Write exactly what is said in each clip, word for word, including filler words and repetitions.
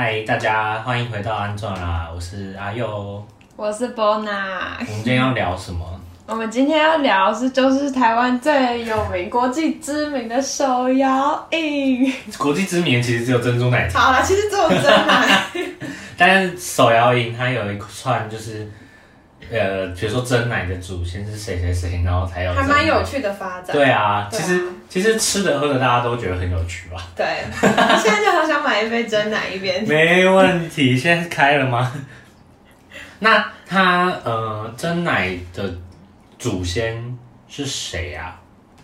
嗨，大家欢迎回到安装啦，我是阿佑， 我是 Bona。 我们今天要聊什么？ 我们今天要聊的是就是台湾最有名、国际知名的手摇饮。 国际知名其实只有珍珠奶茶。 好啦，其实只有真奶。 但是手摇饮它有一串就是，呃，比如说真奶的祖先是谁谁谁，然后才有。 还蛮有趣的发展。 对啊， 对啊其实其实吃的喝的大家都觉得很有趣吧？ 对，现在就好想买一杯真奶一边。 没问题，现在开了吗？那它呃真奶的祖先是谁啊？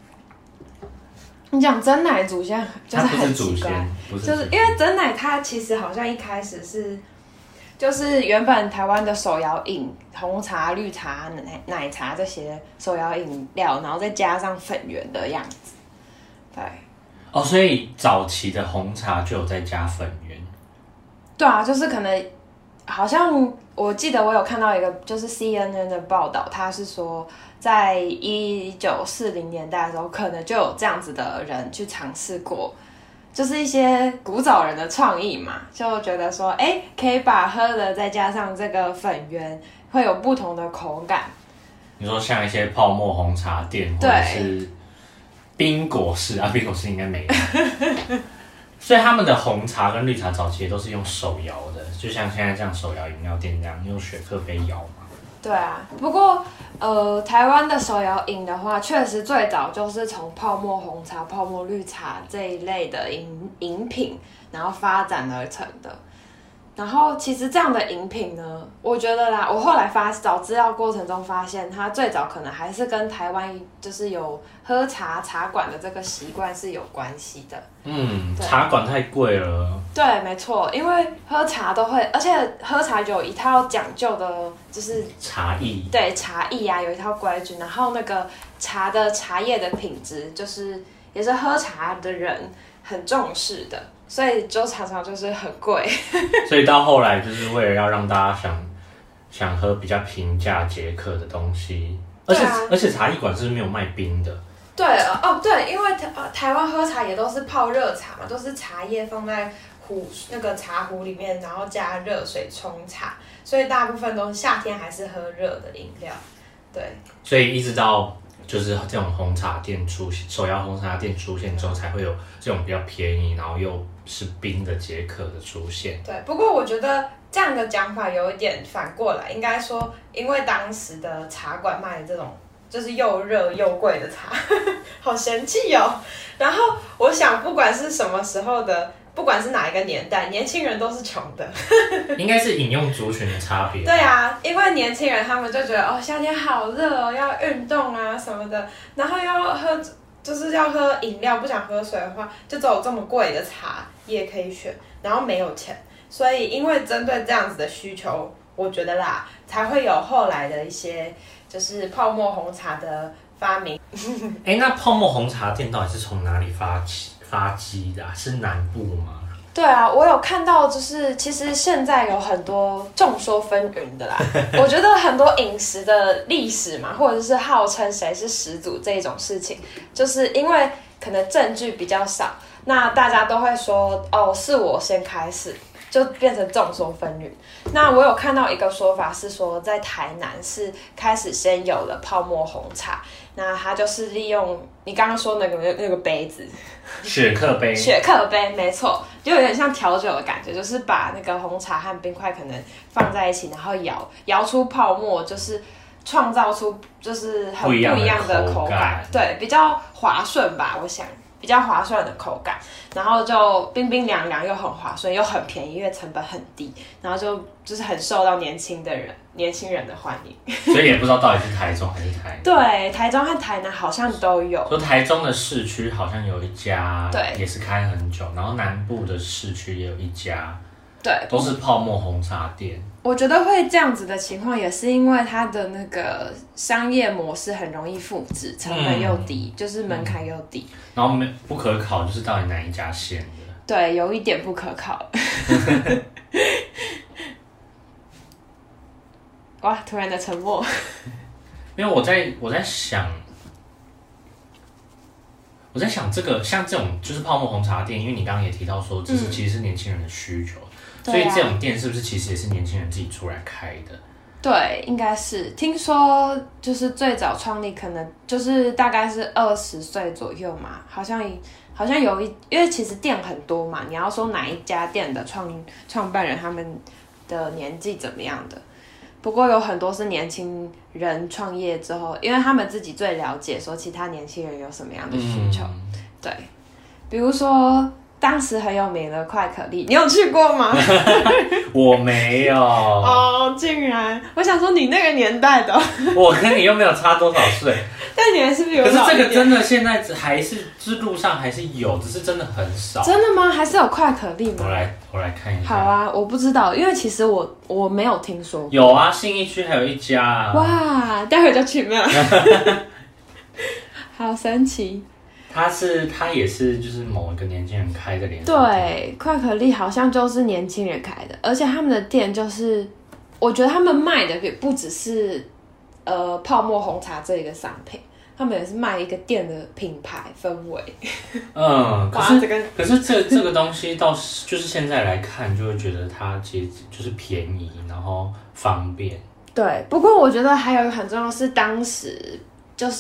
你讲真奶祖先就是它不是很祖奇怪， 先，不是祖先就是因为真奶它其实好像一开始是，就是原本台湾的手摇饮，红茶、绿茶、奶奶茶这些手摇饮料，然后再加上粉圆的样子。对， 哦，所以早期的红茶就有在加粉圆。 对啊，就是可能好像我记得我有看到一个就是 C N N 的报道，他是说在一九四零年代的时候，可能就有这样子的人去尝试过，就是一些古早人的创意嘛，就觉得说，哎，可以把喝的再加上这个粉圆，会有不同的口感。 你说像一些泡沫红茶店，或者是冰果室啊，冰果室应该没有。所以他们的红茶跟绿茶早期也都是用手摇的，就像现在这样手摇饮料店这样用雪克杯摇嘛。 对啊，不过呃，台湾的手摇饮的话，确实最早就是从泡沫红茶、泡沫绿茶这一类的饮饮品，然后发展而成的。然后其实这样的饮品呢，我觉得啦，我后来发找资料过程中发现，它最早可能还是跟台湾就是有喝茶茶馆的这个习惯是有关系的。 嗯，茶馆太贵了。 对，没错，因为喝茶都会，而且喝茶就有一套讲究的，就是茶艺。 对，茶艺啊，有一套规矩，然后那个茶的茶叶的品质，就是也是喝茶的人很重视的。所以就常常就是很贵， 所以到后来就是为了要让大家想想喝比较平价解渴的东西，而且、啊、而且茶艺馆是没有卖冰的。 对哦，对，因为台台湾喝茶也都是泡热茶嘛，都是茶叶放在壶那个茶壶里面，然后加热水冲茶，所以大部分都夏天还是喝热的饮料。对， 所以一直到就是这种红茶店出现，手摇红茶店出现之后，才会有这种比较便宜，然后又是冰的解渴的出现。 对，不过我觉得这样的讲法有一点反过来，应该说，因为当时的茶馆卖的这种就是又热又贵的茶，好神气哦。然后我想，不管是什么时候的，不管是哪一个年代，年轻人都是穷的。 应该是饮用族群的差别。 对啊，因为年轻人他们就觉得哦，夏天好热哦，要运动啊什么的，然后要喝。就是要喝饮料，不想喝水的话，就只有这么贵的茶也可以选，然后没有钱，所以因为针对这样子的需求，我觉得啦，才会有后来的一些就是泡沫红茶的发明。 哎、欸，那泡沫红茶店到底是从哪里发起发迹的、啊？是南部吗？ 对啊，我有看到，就是其实现在有很多众说纷纭的啦。我觉得很多饮食的历史嘛，或者是号称谁是始祖这种事情，就是因为可能证据比较少，那大家都会说哦，是我先开始，就变成众说纷纭。那我有看到一个说法是说，在台南是开始先有了泡沫红茶，那它就是利用你刚刚说那个那个杯子。 雪克杯， 雪克杯没错，就有点像调酒的感觉，就是把那个红茶和冰块可能放在一起，然后摇摇出泡沫，就是创造出就是很不一样的口感， 口感对，比较滑顺吧，我想比较滑顺的口感，然后就冰冰凉凉又很滑顺又很便宜，因为成本很低，然后就就是很受到年轻的人年轻人的欢迎。 所以也不知道到底是台中还是台南。 对，台中和台南好像都有。 说台中的市区好像有一家， 对， 也是开很久，然后南部的市区也有一家， 对， 都是泡沫红茶店。 我觉得会这样子的情况，也是因为它的那个商业模式很容易复制，成本又低，嗯、就是门槛又低。 然后没不可考，就是到底哪一家县的？ 对，有一点不可考。哇！突然的沉默。 因为我在我在想，我在想这个像这种就是泡沫红茶店，因为你刚刚也提到说，这是其实是年轻人的需求。嗯、 所以这种店是不是其实也是年轻人自己出来开的？ 对，应该是。听说就是最早创立可能就是大概是二十岁左右嘛，好像好像有一，因为其实店很多嘛，你要说哪一家店的创创办人他们的年纪怎么样的？不过有很多是年轻人创业之后，因为他们自己最了解说其他年轻人有什么样的需求。嗯、对，比如说当时很有名的快可丽，你有去过吗？ 我没有。 哦，竟然！我想说你那个年代的， 我跟你又没有差多少岁， 但你还是比我老一点。 可是这个真的现在还是，就是路上还是有，只是真的很少。 真的吗？还是有快可丽吗？ 我来，我来看一下。 好啊，我不知道，因为其实我我没有听说过。 有啊，信义区还有一家啊。 哇，待会就去没有？好神奇。 他是他也是就是某一个年轻人开的连锁店。 对，快可丽好像就是年轻人开的，而且他们的店就是，我觉得他们卖的也不只是呃泡沫红茶这一个商品，他们也是卖一个店的品牌氛围。 嗯，可是、這個、可是这这个东西到就是现在来看，就会觉得它其实就是便宜，然后方便。 对，不过我觉得还有一个很重要的是当时就是。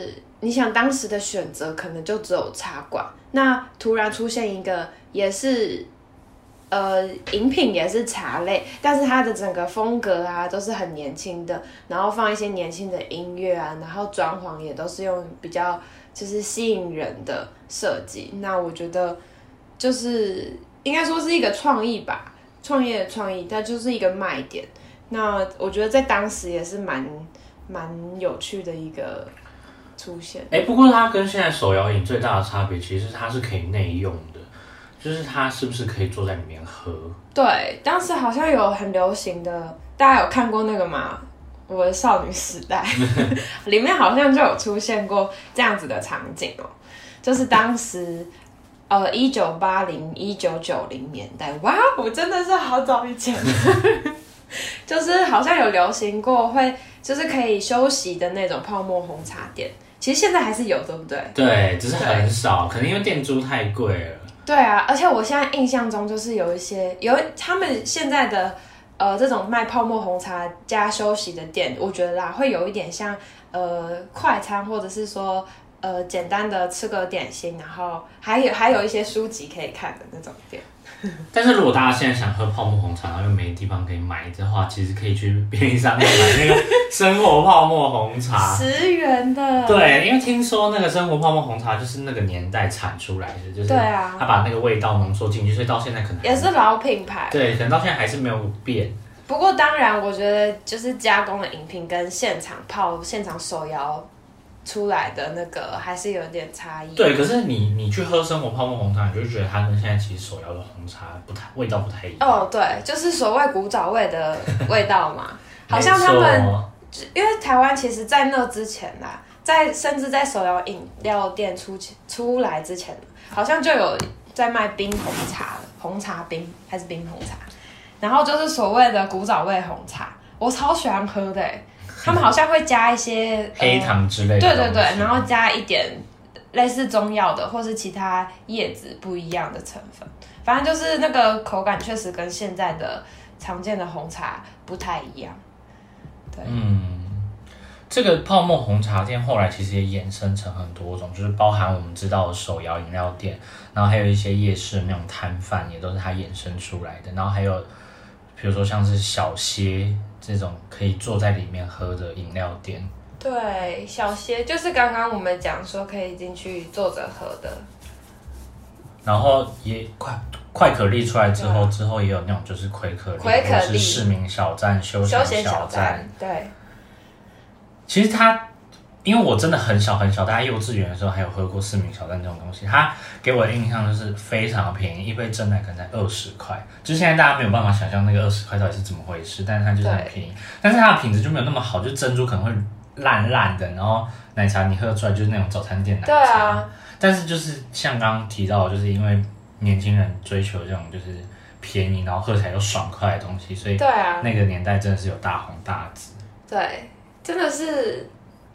你想当时的选择可能就只有茶馆，那突然出现一个也是，呃，饮品也是茶类，但是它的整个风格啊都是很年轻的，然后放一些年轻的音乐啊，然后装潢也都是用比较就是吸引人的设计。那我觉得就是应该说是一个创意吧，创业的创意，它就是一个卖点。那我觉得在当时也是蛮蛮有趣的一个。出现哎、欸，不过它跟现在手摇饮最大的差别，其实它是可以内用的，就是它是不是可以坐在里面喝？对， 当时好像有很流行的，大家有看过那个吗？我的少女时代里面好像就有出现过这样子的场景哦，就是当时呃一九八零、一九九零年代，哇，我真的是好早以前，就是好像有流行过会就是可以休息的那种泡沫红茶店。其实现在还是有，对不对？ 对，只是很少，可能因为店租太贵了。 对啊，而且我现在印象中就是有一些有他们现在的呃这种卖泡沫红茶加休息的店，我觉得啦会有一点像呃快餐，或者是说呃简单的吃个点心，然后还有还有一些书籍可以看的那种店。 但是如果大家现在想喝泡沫红茶，然后又没地方可以买的话，其实可以去便利商店买那个生活泡沫红茶， 十元的。 对，因为听说那个生活泡沫红茶就是那个年代产出来的，就是他把那个味道浓缩进去，所以到现在可能也是老品牌。 对，可能到现在还是没有变。 不过当然，我觉得就是加工的饮品跟现场泡、现场手摇出来的那个还是有点差异。 对，可是你你去喝生活泡沫红茶，你就觉得它跟现在其实手摇的红茶不太味道不太一样。 哦，对，就是所谓古早味的味道嘛。好像他们因为台湾其实在那之前啦，在甚至在手摇饮料店出出来之前，好像就有在卖冰红茶了，红茶冰还是冰红茶，然后就是所谓的古早味红茶，我超喜欢喝的欸。他们好像会加一些黑糖之类的、 呃，对对对，然后加一点类似中药的或是其他叶子不一样的成分，反正就是那个口感确实跟现在的常见的红茶不太一样。对， 嗯，这个泡沫红茶店后来其实也衍生成很多种，就是包含我们知道的手摇饮料店，然后还有一些夜市那种摊贩，也都是它衍生出来的。然后还有比如说像是小歇这种可以坐在里面喝的饮料店。 对，小歇就是刚刚我们讲说可以进去坐着喝的。 然后也快快可丽出来之后，之后也有那种就是葵可丽， 葵可丽或是市民小站、休闲小站。 对， 其实它，因为我真的很小很小，大概幼稚园的时候还有喝过市民小站这种东西，它给我的印象就是非常便宜，一杯珍奶可能才二十块，就是现在大家没有办法想象那个二十块到底是怎么回事，但是它就是很便宜，但是它的品质就没有那么好，就珍珠可能会烂烂的，然后奶茶你喝出来就是那种早餐店奶茶。 对啊。 但是就是像刚刚提到的，就是因为年轻人追求这种就是便宜，然后喝起来又爽快的东西，所以对啊， 那个年代真的是有大红大紫。 对，真的是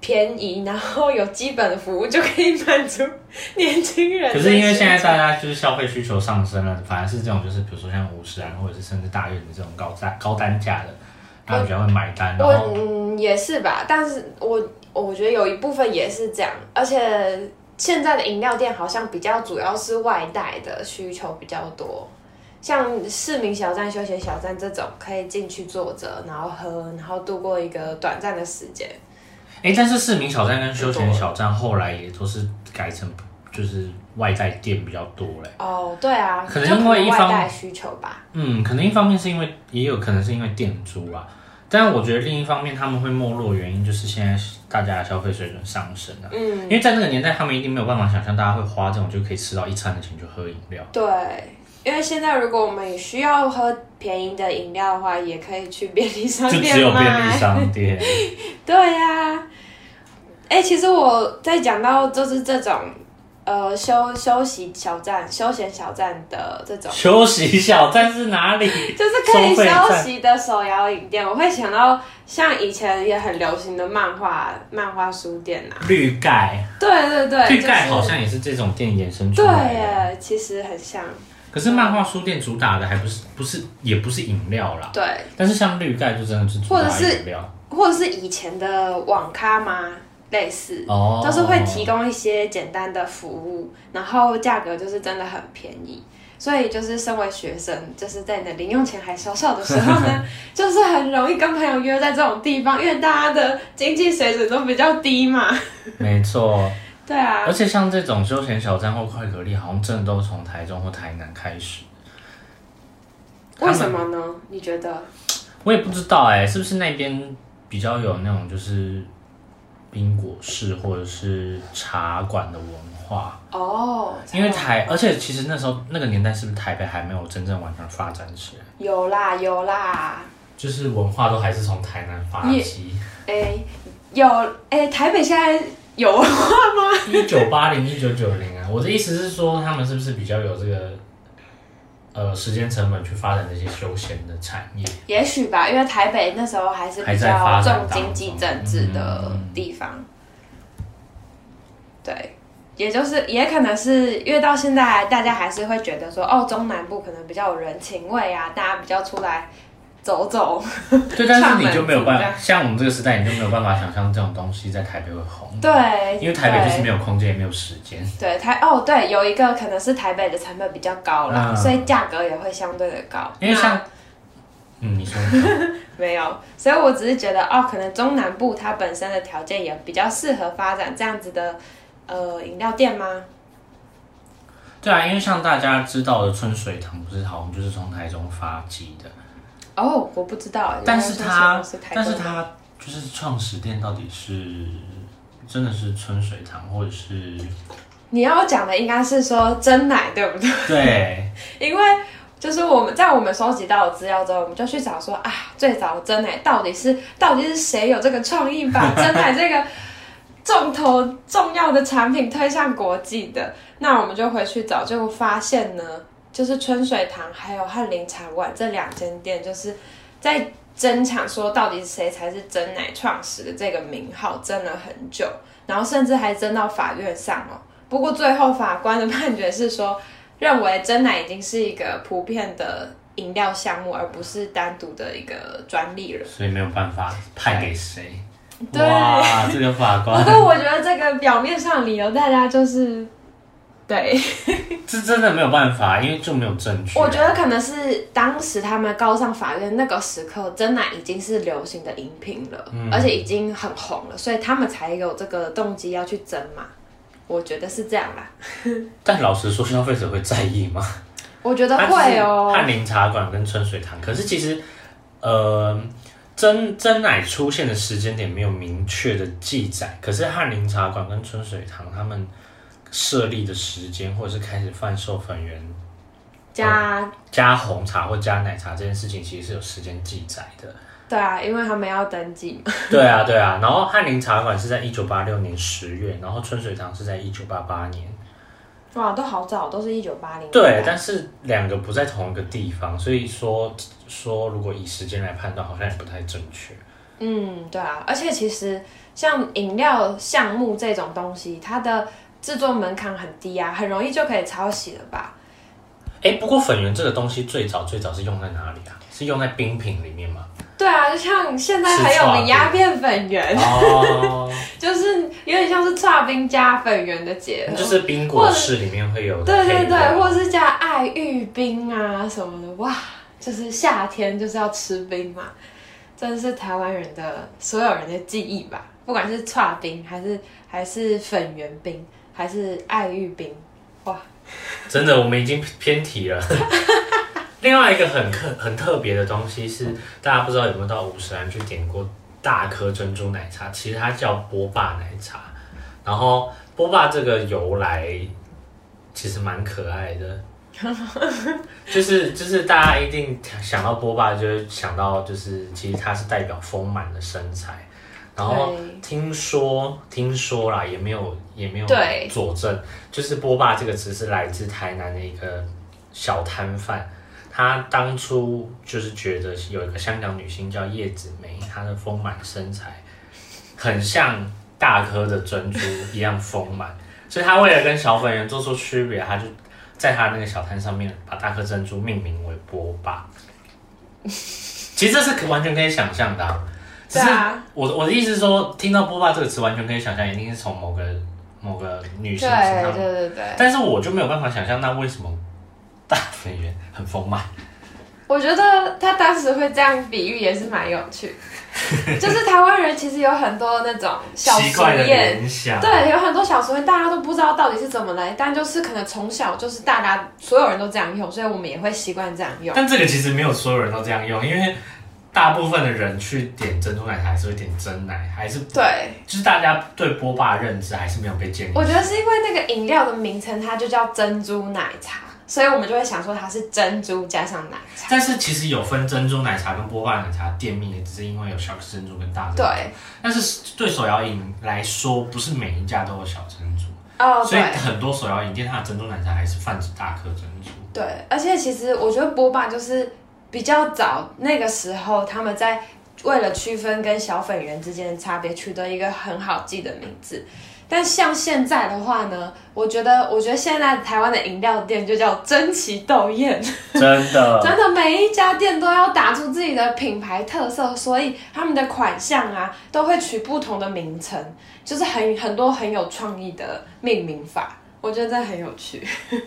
便宜，然后有基本的服务就可以满足年轻人。 可是因为现在大家就是消费需求上升了，反而是这种就是比如说像五十兰或者是甚至大院的这种高单高单价的，他们比较会买单。然后我嗯也是吧，但是我我觉得有一部分也是这样，而且现在的饮料店好像比较主要是外带的需求比较多。像市民小站、休闲小站这种，可以进去坐着，然后喝，然后度过一个短暂的时间。 哎、欸，但是市民小站跟休闲小站后来也都是改成就是外带店比较多嘞。 哦，对啊， 可能因为一方外带需求吧。 嗯，可能一方面是因为，也有可能是因为店租啊。但我觉得另一方面他们会没落的原因，就是现在大家的消费水准上升啊。嗯，因为在那个年代，他们一定没有办法想象大家会花这种就可以吃到一餐的钱就喝饮料。 对。因为现在如果我们需要喝便宜的饮料的话，也可以去便利商店买。 就只有便利商店。 对呀、啊，哎、欸，其实我在讲到就是这种呃休休息小站、休闲小站的这种休息小站是哪里？ 就是可以休息的手摇饮店，我会想到像以前也很流行的漫画漫画书店啊， 绿盖。 对对对， 绿盖好像也是这种店衍生出来的。 对耶，其实很像。 可是漫画书店主打的还不是不是也不是饮料啦， 对。 但是像绿盖就真的是主打饮料， 或者是以前的网咖吗？类似， 哦， 都是会提供一些简单的服务，然后价格就是真的很便宜。所以就是身为学生，就是在你的零用钱还少少的时候呢，就是很容易跟朋友约在这种地方，因为大家的经济水准都比较低嘛。 没错。 对啊， 而且像这种休闲小站或快可丽，好像真的都是从台中或台南开始。 为什么呢？你觉得？ 我也不知道哎、欸，是不是那边比较有那种就是冰果室或者是茶馆的文化哦？ 因为台，而且其实那时候那个年代，是不是台北还没有真正完全发展起来？ 有啦，有啦， 就是文化都还是从台南发迹。 哎、欸，有哎、欸，台北现在。有文化吗？ 一九八零、一九九零啊，我的意思是说，他们是不是比较有这个呃时间成本去发展这些休闲的产业？ 也许吧，因为台北那时候还是比较重经济政治的地方。嗯、对，也就是也可能是因为到现在大家还是会觉得说，哦，中南部可能比较有人情味啊，大家比较出来。走走， 对，但是你就没有办法，像我们这个时代，你就没有办法想象这种东西在台北会红。 对， 因为台北就是没有空间，也没有时间。 对，台哦，对，有一个可能是台北的成本比较高啦，嗯、所以价格也会相对的高。 因为像，嗯，你说你说没有，所以我只是觉得哦，可能中南部它本身的条件也比较适合发展这样子的呃饮料店吗？ 对啊，因为像大家知道的春水堂，不是好像就是从台中发迹的。 哦，我不知道。 但是他，但是他就是创始店到底是真的是春水堂，或者是你要讲的应该是说真奶，对不对？ 对， 因为就是我们在我们收集到的资料之后，我们就去找说啊，最早的真奶到底是到底是谁有这个创意把真奶这个重头重要的产品推向国际的？那我们就回去找，结果发现呢。就是春水堂还有翰林茶馆这两间店，就是在争抢说到底谁才是真奶创始的这个名号，争了很久，然后甚至还争到法院上哦。不过最后法官的判决是说，认为真奶已经是一个普遍的饮料项目，而不是单独的一个专利了， 所以没有办法判给谁。对，哇，这个法官。 不过我觉得这个表面上的理由，大家就是。对， 这真的没有办法，因为就没有证据。 我觉得可能是当时他们告上法院那个时刻，真奶已经是流行的饮品了，嗯、而且已经很红了，所以他们才有这个动机要去争嘛。我觉得是这样啦。 但老实说，消费者会在意吗？ 我觉得会哦。 翰林茶馆跟春水堂，可是其实，呃，真真奶出现的时间点没有明确的记载，可是翰林茶馆跟春水堂他们。设立的时间，或者是开始贩售粉圆加、 呃、加红茶或加奶茶这件事情，其实是有时间记载的。 对啊，因为他们要登记嘛。 对啊，对啊。然后翰林茶馆是在一九八六年十月，然后春水堂是在一九八八年。 哇，都好早，都是一九八零。 对，但是两个不在同一个地方，所以说说如果以时间来判断，好像也不太正确。 嗯，对啊，而且其实像饮料项目这种东西，它的制作门槛很低啊，很容易就可以抄袭了吧？ 哎，不过粉圆这个东西最早最早是用在哪里啊？是用在冰品里面吗？ 对啊，就像现在很有名鸦片粉圆，哦，就是有点像是剉冰加粉圆的结合， 就是冰果室里面会有的， 对对对，或是加爱玉冰啊什么的，哇，就是夏天就是要吃冰嘛，真的是台湾人的所有人的记忆吧，不管是剉冰还是还是粉圆冰还是爱玉冰，哇， 真的我们已经偏题了。另外一个很特很特别的东西是，大家不知道有没有到五十岚去点过大颗珍珠奶茶，其实它叫波霸奶茶。然后波霸这个由来其实蛮可爱的，就是就是大家一定想到波霸，就会想到就是其实它是代表丰满的身材。然后听说听说啦，也没有也没有佐证，就是波霸这个词是来自台南的一个小摊贩。他当初就是觉得有一个香港女星叫叶子楣，她的丰满身材很像大颗的珍珠一样丰满，所以他为了跟小粉圆做出区别，他就在他那个小摊上面把大颗珍珠命名为波霸。其实这是完全可以想象的、啊，只是我我的意思是说，听到波霸这个词，完全可以想象，一定是从某个某个女性身上， 对对对对。 但是我就没有办法想象，那为什么大粉圆很丰满？ 我觉得他当时会这样比喻也是蛮有趣，就是台湾人其实有很多那种小俗谚，对，有很多小俗谚大家都不知道到底是怎么来，但就是可能从小就是大家所有人都这样用，所以我们也会习惯这样用。 但这个其实没有所有人都这样用，因为大部分的人去点珍珠奶茶还是会点真奶，还是对， 就是大家对波霸的认知还是没有被建立。 我觉得是因为那个饮料的名称它就叫珍珠奶茶。所以我们就会想说它是珍珠加上奶茶， 但是其实有分珍珠奶茶跟波霸奶茶店面，也只是因为有小珍珠跟大珍珠。 对。 但是对手摇饮来说，不是每一家都有小珍珠。 哦。 所以很多手摇饮店它的珍珠奶茶还是泛指大颗珍珠。 对，而且其实我觉得波霸就是比较早那个时候，他们在为了区分跟小粉圆之间的差别，取得一个很好记的名字。但像现在的话呢，我觉得，我觉得现在台湾的饮料店就叫争奇斗艳， 真的， 真的每一家店都要打出自己的品牌特色，所以他们的款项啊都会取不同的名称，就是很很多很有创意的命名法，我觉得这很有趣。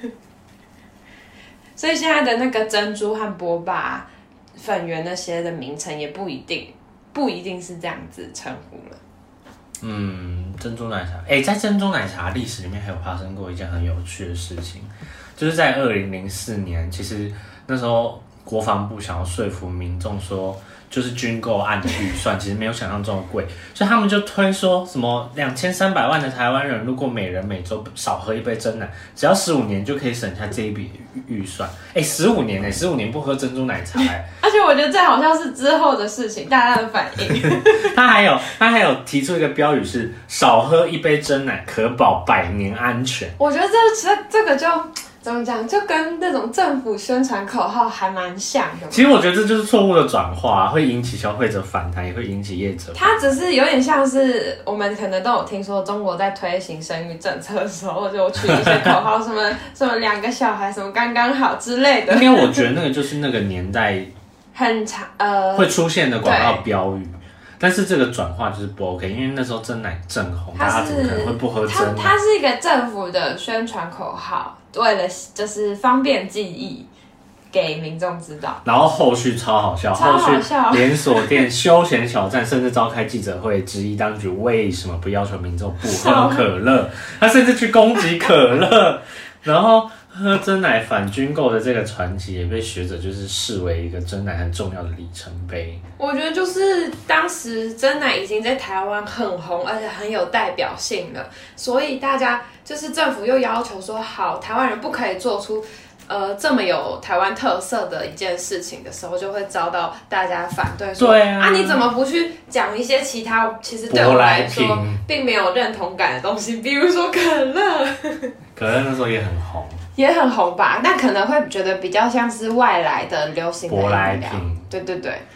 所以现在的那个珍珠和波霸、粉圆那些的名称也不一定，不一定是这样子称呼了。 嗯，珍珠奶茶，哎、欸，在珍珠奶茶历史里面还有发生过一件很有趣的事情，就是在二零零四年，其实那时候国防部想要说服民众说，就是军购案的预算其实没有想象中的贵，所以他们就推说什么两千三百万的台湾人，如果每人每周少喝一杯珍奶，只要十五年就可以省下这一笔预算。哎、欸，十五年哎、欸，十五年不喝珍珠奶茶哎、欸。 而且我觉得最好像是之后的事情，大家的反应。 他还有他还有提出一个标语是少喝一杯珍奶，可保百年安全。 我觉得这这这个就。怎么讲？就跟那种政府宣传口号还蛮像的。 其实我觉得这就是错误的转化、啊，会引起消费者反弹，也会引起业者。 它只是有点像是我们可能都有听说，中国在推行生育政策的时候，就取一些口号，什么什么两个小孩，什么刚刚好之类的。 因为我觉得那个就是那个年代很长呃会出现的广告标语。但是这个转化就是不 OK， 因为那时候真奶正红，大家怎么可能会不喝真奶？ 它是一个政府的宣传口号，为了就是方便记忆，给民众知道。 然后后续超好笑， 超好笑后续连锁店、休闲小站甚至召开记者会，质疑当局为什么不要求民众不喝可乐，他甚至去攻击可乐，然后。喝真奶反军购的这个传奇也被学者就是视为一个真奶很重要的里程碑。 我觉得就是当时真奶已经在台湾很红，而且很有代表性了，所以大家就是政府又要求说，好，台湾人不可以做出呃这么有台湾特色的一件事情的时候，就会遭到大家反对说， 对啊， 啊你怎么不去讲一些其他其实对我来说并没有认同感的东西，比如说可乐。 可乐那时候也很红。 也很红吧，但可能会觉得比较像是外来的流行的饮料。 舶来品。 对对对。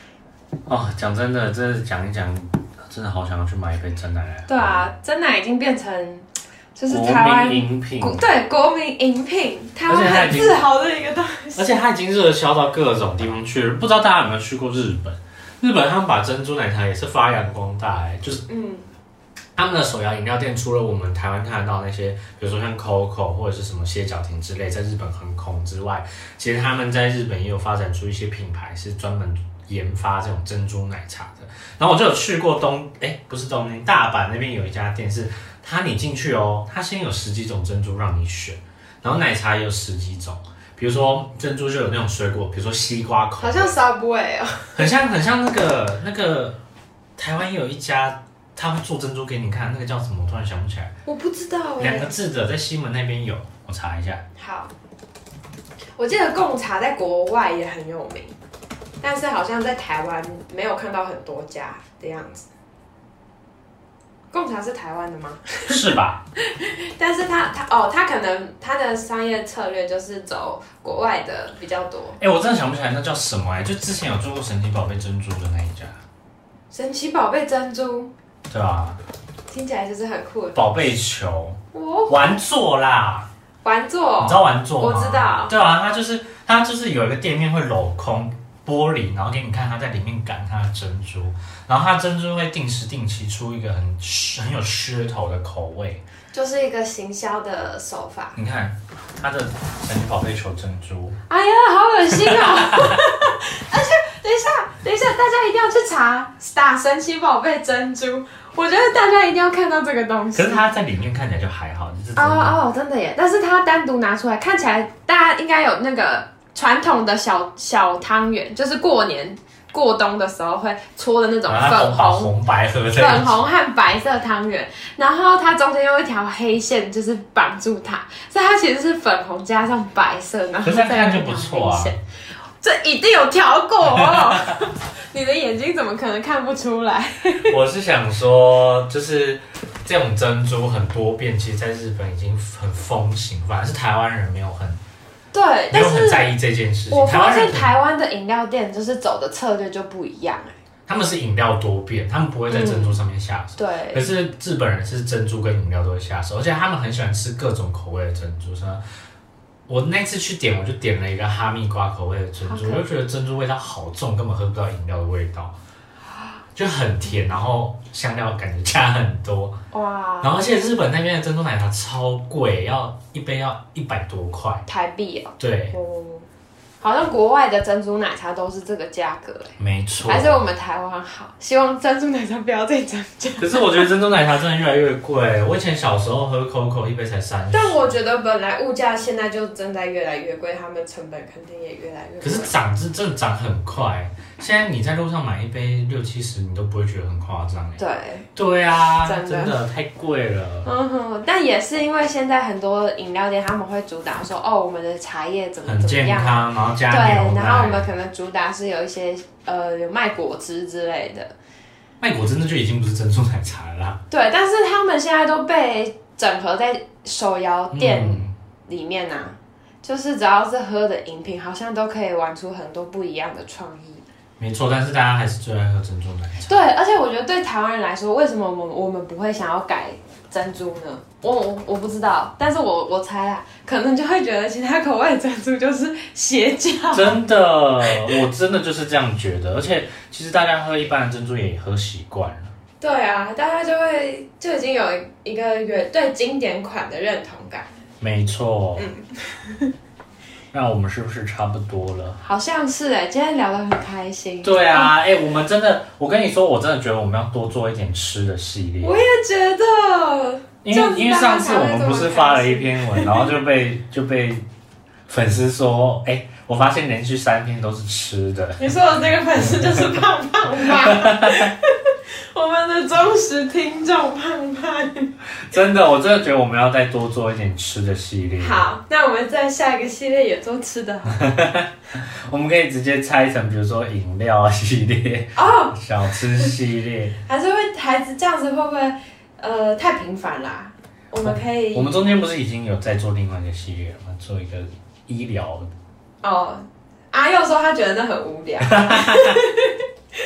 哦，讲真的，真的讲一讲，真的好想要去买一杯真奶来。 对啊，真奶已经变成就是台湾国民饮品， 对，国民饮品，台湾很自豪的一个东西。 而且它已经热销到各种地方去了。不知道大家有没有去过日本？日本他们把珍珠奶茶也是发扬光大、欸，就是嗯。他们的手摇饮料店，除了我们台湾看得到那些，比如说像 Coco 或者是什么歇脚亭之类，在日本很红之外，其实他们在日本也有发展出一些品牌，是专门研发这种珍珠奶茶的。然后我就有去过东，哎、欸，不是东京，大阪那边有一家店是，它你进去哦，它先有十几种珍珠让你选，然后奶茶也有十几种，比如说珍珠就有那种水果，比如说西瓜口， 好像 Subway 哦， 很像很像那个那个台湾有一家。他会做珍珠给你看，那个叫什么？我突然想不起来。 我不知道哎。 两个字的，在西门那边有，我查一下。 好，我记得贡茶在国外也很有名，但是好像在台湾没有看到很多家的样子。贡茶是台湾的吗？ 是吧？ 但是他他哦，他可能他的商业策略就是走国外的比较多。 哎、欸，我真的想不起来那叫什么哎、欸，就之前有做过神奇宝贝珍珠的那一家。 神奇宝贝珍珠。 对啊， 听起来就是很酷的宝贝球，玩座啦， 玩座， 你知道玩座吗？ 我知道。对啊，它就是它就是有一个店面会镂空玻璃，然后给你看它在里面擀它的珍珠，然后它的珍珠会定时定期出一个很很有噱头的口味， 就是一个行销的手法。 你看它的神奇宝贝球珍珠， 哎呀，好恶心哦！而且等一下，等一下，大家一定要去查打神奇宝贝珍珠。我觉得大家一定要看到这个东西。 可是它在里面看起来就还好，就是哦哦，真的耶！但是它单独拿出来，看起来大家应该有那个传统的小小汤圆，就是过年过冬的时候会搓的那种粉红、 红白合在一起粉红和白色汤圆，然后它中间用一条黑线就是绑住它，所以它其实是粉红加上白色，然后再看就不错啊。 这一定有调过哦！你的眼睛怎么可能看不出来？ 我是想说，就是这种珍珠很多变，其实在日本已经很风行，反而是台湾人没有很对， 没有很在意这件事情。 我发现台湾的饮料店就是走的策略就不一样哎。 他们是饮料多变，他们不会在珍珠上面下手。 嗯、对。 可是日本人是珍珠跟饮料都会下手，而且他们很喜欢吃各种口味的珍珠，像。我那次去点，我就点了一个哈密瓜口味的珍珠，我就觉得珍珠味道好重，根本喝不到饮料的味道，就很甜，然后香料感觉加很多，哇！然后而且日本那边的珍珠奶茶超贵，要一杯要一百多块台币哦。 对。 哦，好像国外的珍珠奶茶都是这个价格哎， 没错， 还是我们台湾好。希望珍珠奶茶不要再涨价。 可是我觉得珍珠奶茶真的越来越贵。我以前小时候喝 Coco 一杯才三十， 但我觉得本来物价现在就正在越来越贵，他们成本肯定也越来越贵。 可是涨是真的涨很快，现在你在路上买一杯六七十，你都不会觉得很夸张哎。 对。 对啊，真的, 真的太贵了。 嗯哼，但也是因为现在很多饮料店他们会主打说，哦，我们的茶叶怎么很健康，然后加牛奶。对，然后我们可能主打是有一些呃有卖果汁之类的。 卖果汁那就已经不是珍珠奶茶了啦。 对，但是他们现在都被整合在手摇店里面啊，嗯、就是只要是喝的饮品，好像都可以玩出很多不一样的创意。 没错，但是大家还是最爱喝珍珠奶茶。 对，而且我觉得对台湾人来说，为什么我们我们不会想要改珍珠呢？我我我不知道，但是我我猜啊，可能就会觉得其他口味的珍珠就是邪教。 真的，我真的就是这样觉得。而且其实大家喝一般的珍珠也喝习惯了。 对啊，大家就会就已经有一个对经典款的认同感。 没错。 嗯。 那我们是不是差不多了？ 好像是哎，今天聊得很开心。 对啊，哎、欸，我们真的，我跟你说，我真的觉得我们要多做一点吃的系列。 我也觉得， 因为因为上次我们不是发了一篇文，然后就被就被粉丝说，哎、欸，我发现连续三篇都是吃的。 你说的这个粉丝就是胖胖吧？我们的忠实听众胖胖， 真的，我真的觉得我们要再多做一点吃的系列。 好，那我们在下一个系列也做吃的好。 我们可以直接拆成，比如说饮料系列哦，小吃系列， 还是会孩子这样子会不会呃太频繁啦？我们可以， 我们中间不是已经有在做另外一个系列了吗？做一个医疗的。 哦，阿佑说他觉得那很无聊。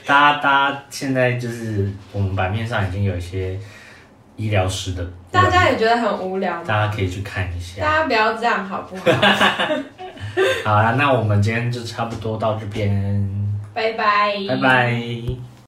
大家大家现在就是我们版面上已经有一些医疗史的， 大家也觉得很无聊吗？ 大家可以去看一下。 大家不要这样好不好？ 好啦，那我们今天就差不多到这边， 拜拜， 拜拜。